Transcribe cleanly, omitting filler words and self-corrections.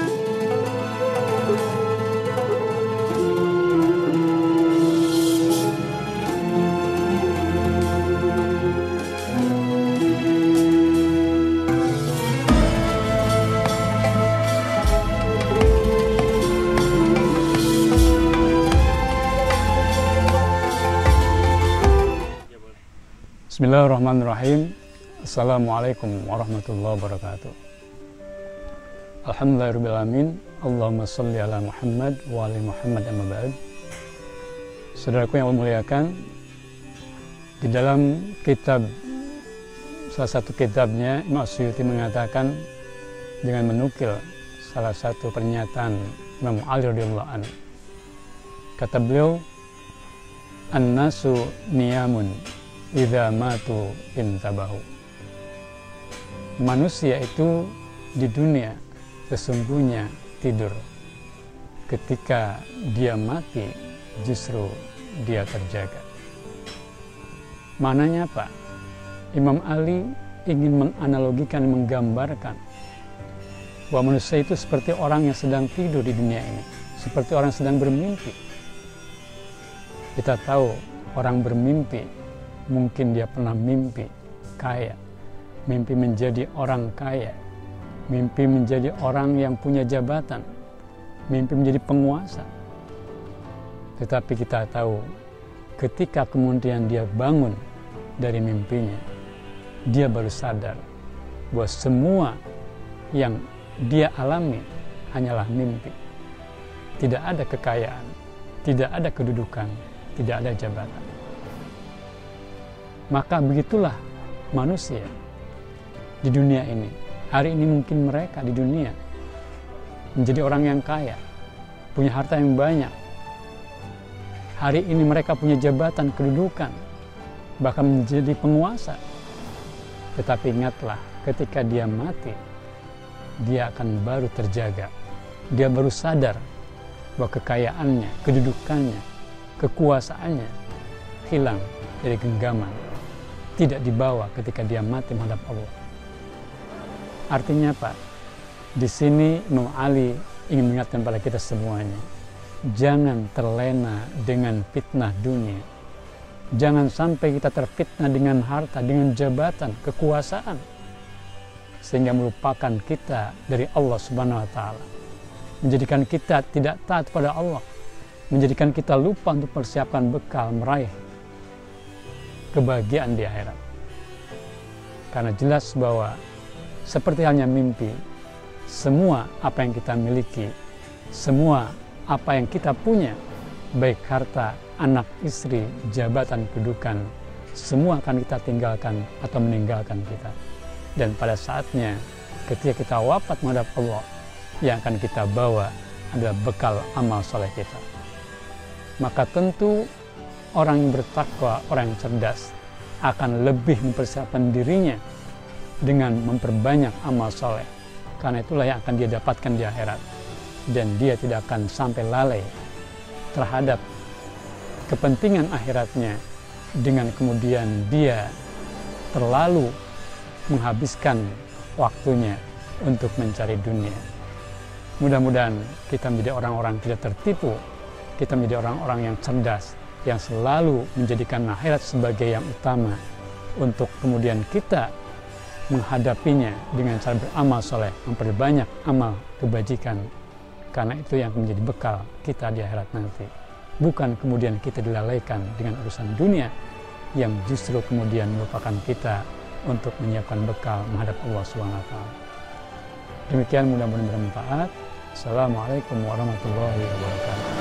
Bismillahirrahmanirrahim. Assalamualaikum warahmatullahi wabarakatuh. Alhamdulillahirrahmanirrahim. Allahumma salli ala Muhammad wa ali Muhammad amma ba'd. Saudaraku yang Allah muliakan, di dalam kitab, salah satu kitabnya, Imam Suyuti mengatakan dengan menukil salah satu pernyataan Imam Ali radhiyallahu anhu. Kata beliau, "An-nasu niyamun idza matu intabahu." Manusia itu di dunia sesungguhnya tidur. Ketika dia mati, justru dia terjaga. Maknanya apa? Imam Ali ingin menganalogikan, menggambarkan bahwa manusia itu seperti orang yang sedang tidur di dunia ini, seperti orang yang sedang bermimpi. Kita tahu orang bermimpi, mungkin dia pernah mimpi kaya, mimpi menjadi orang kaya, mimpi menjadi orang yang punya jabatan, mimpi menjadi penguasa. Tetapi kita tahu ketika kemudian dia bangun dari mimpinya, dia baru sadar bahwa semua yang dia alami hanyalah mimpi. Tidak ada kekayaan, tidak ada kedudukan, tidak ada jabatan. Maka begitulah manusia di dunia ini. Hari ini mungkin mereka di dunia menjadi orang yang kaya, punya harta yang banyak. Hari ini mereka punya jabatan, kedudukan, bahkan menjadi penguasa. Tetapi ingatlah, ketika dia mati, dia akan baru terjaga. Dia baru sadar bahwa kekayaannya, kedudukannya, kekuasaannya hilang dari genggaman, tidak dibawa ketika dia mati menghadap Allah. Artinya apa? Di sini Imam Ali ingin mengingatkan pada kita semuanya, jangan terlena dengan fitnah dunia. Jangan sampai kita terfitnah dengan harta, dengan jabatan, kekuasaan, sehingga melupakan kita dari Allah Subhanahu wa Ta'ala, menjadikan kita tidak taat pada Allah, menjadikan kita lupa untuk persiapkan bekal meraih kebahagiaan di akhirat. Karena jelas bahwa seperti halnya mimpi, semua apa yang kita miliki, semua apa yang kita punya, baik harta, anak, istri, jabatan, kedudukan, semua akan kita tinggalkan atau meninggalkan kita. Dan pada saatnya ketika kita wafat menghadap Allah, yang akan kita bawa adalah bekal amal soleh kita. Maka tentu orang yang bertakwa, orang yang cerdas, akan lebih mempersiapkan dirinya dengan memperbanyak amal soleh. Karena itulah yang akan dia dapatkan di akhirat. Dan dia tidak akan sampai lalai terhadap kepentingan akhiratnya dengan kemudian dia terlalu menghabiskan waktunya untuk mencari dunia. Mudah-mudahan kita menjadi orang-orang tidak tertipu, kita menjadi orang-orang yang cerdas, yang selalu menjadikan akhirat sebagai yang utama untuk kemudian kita menghadapinya dengan cara beramal soleh, memperbanyak amal kebajikan, karena itu yang menjadi bekal kita di akhirat nanti. Bukan kemudian kita dilalaikan dengan urusan dunia yang justru kemudian melupakan kita untuk menyiapkan bekal menghadap Allah SWT. Demikian, mudah-mudahan bermanfaat. Assalamualaikum warahmatullahi wabarakatuh.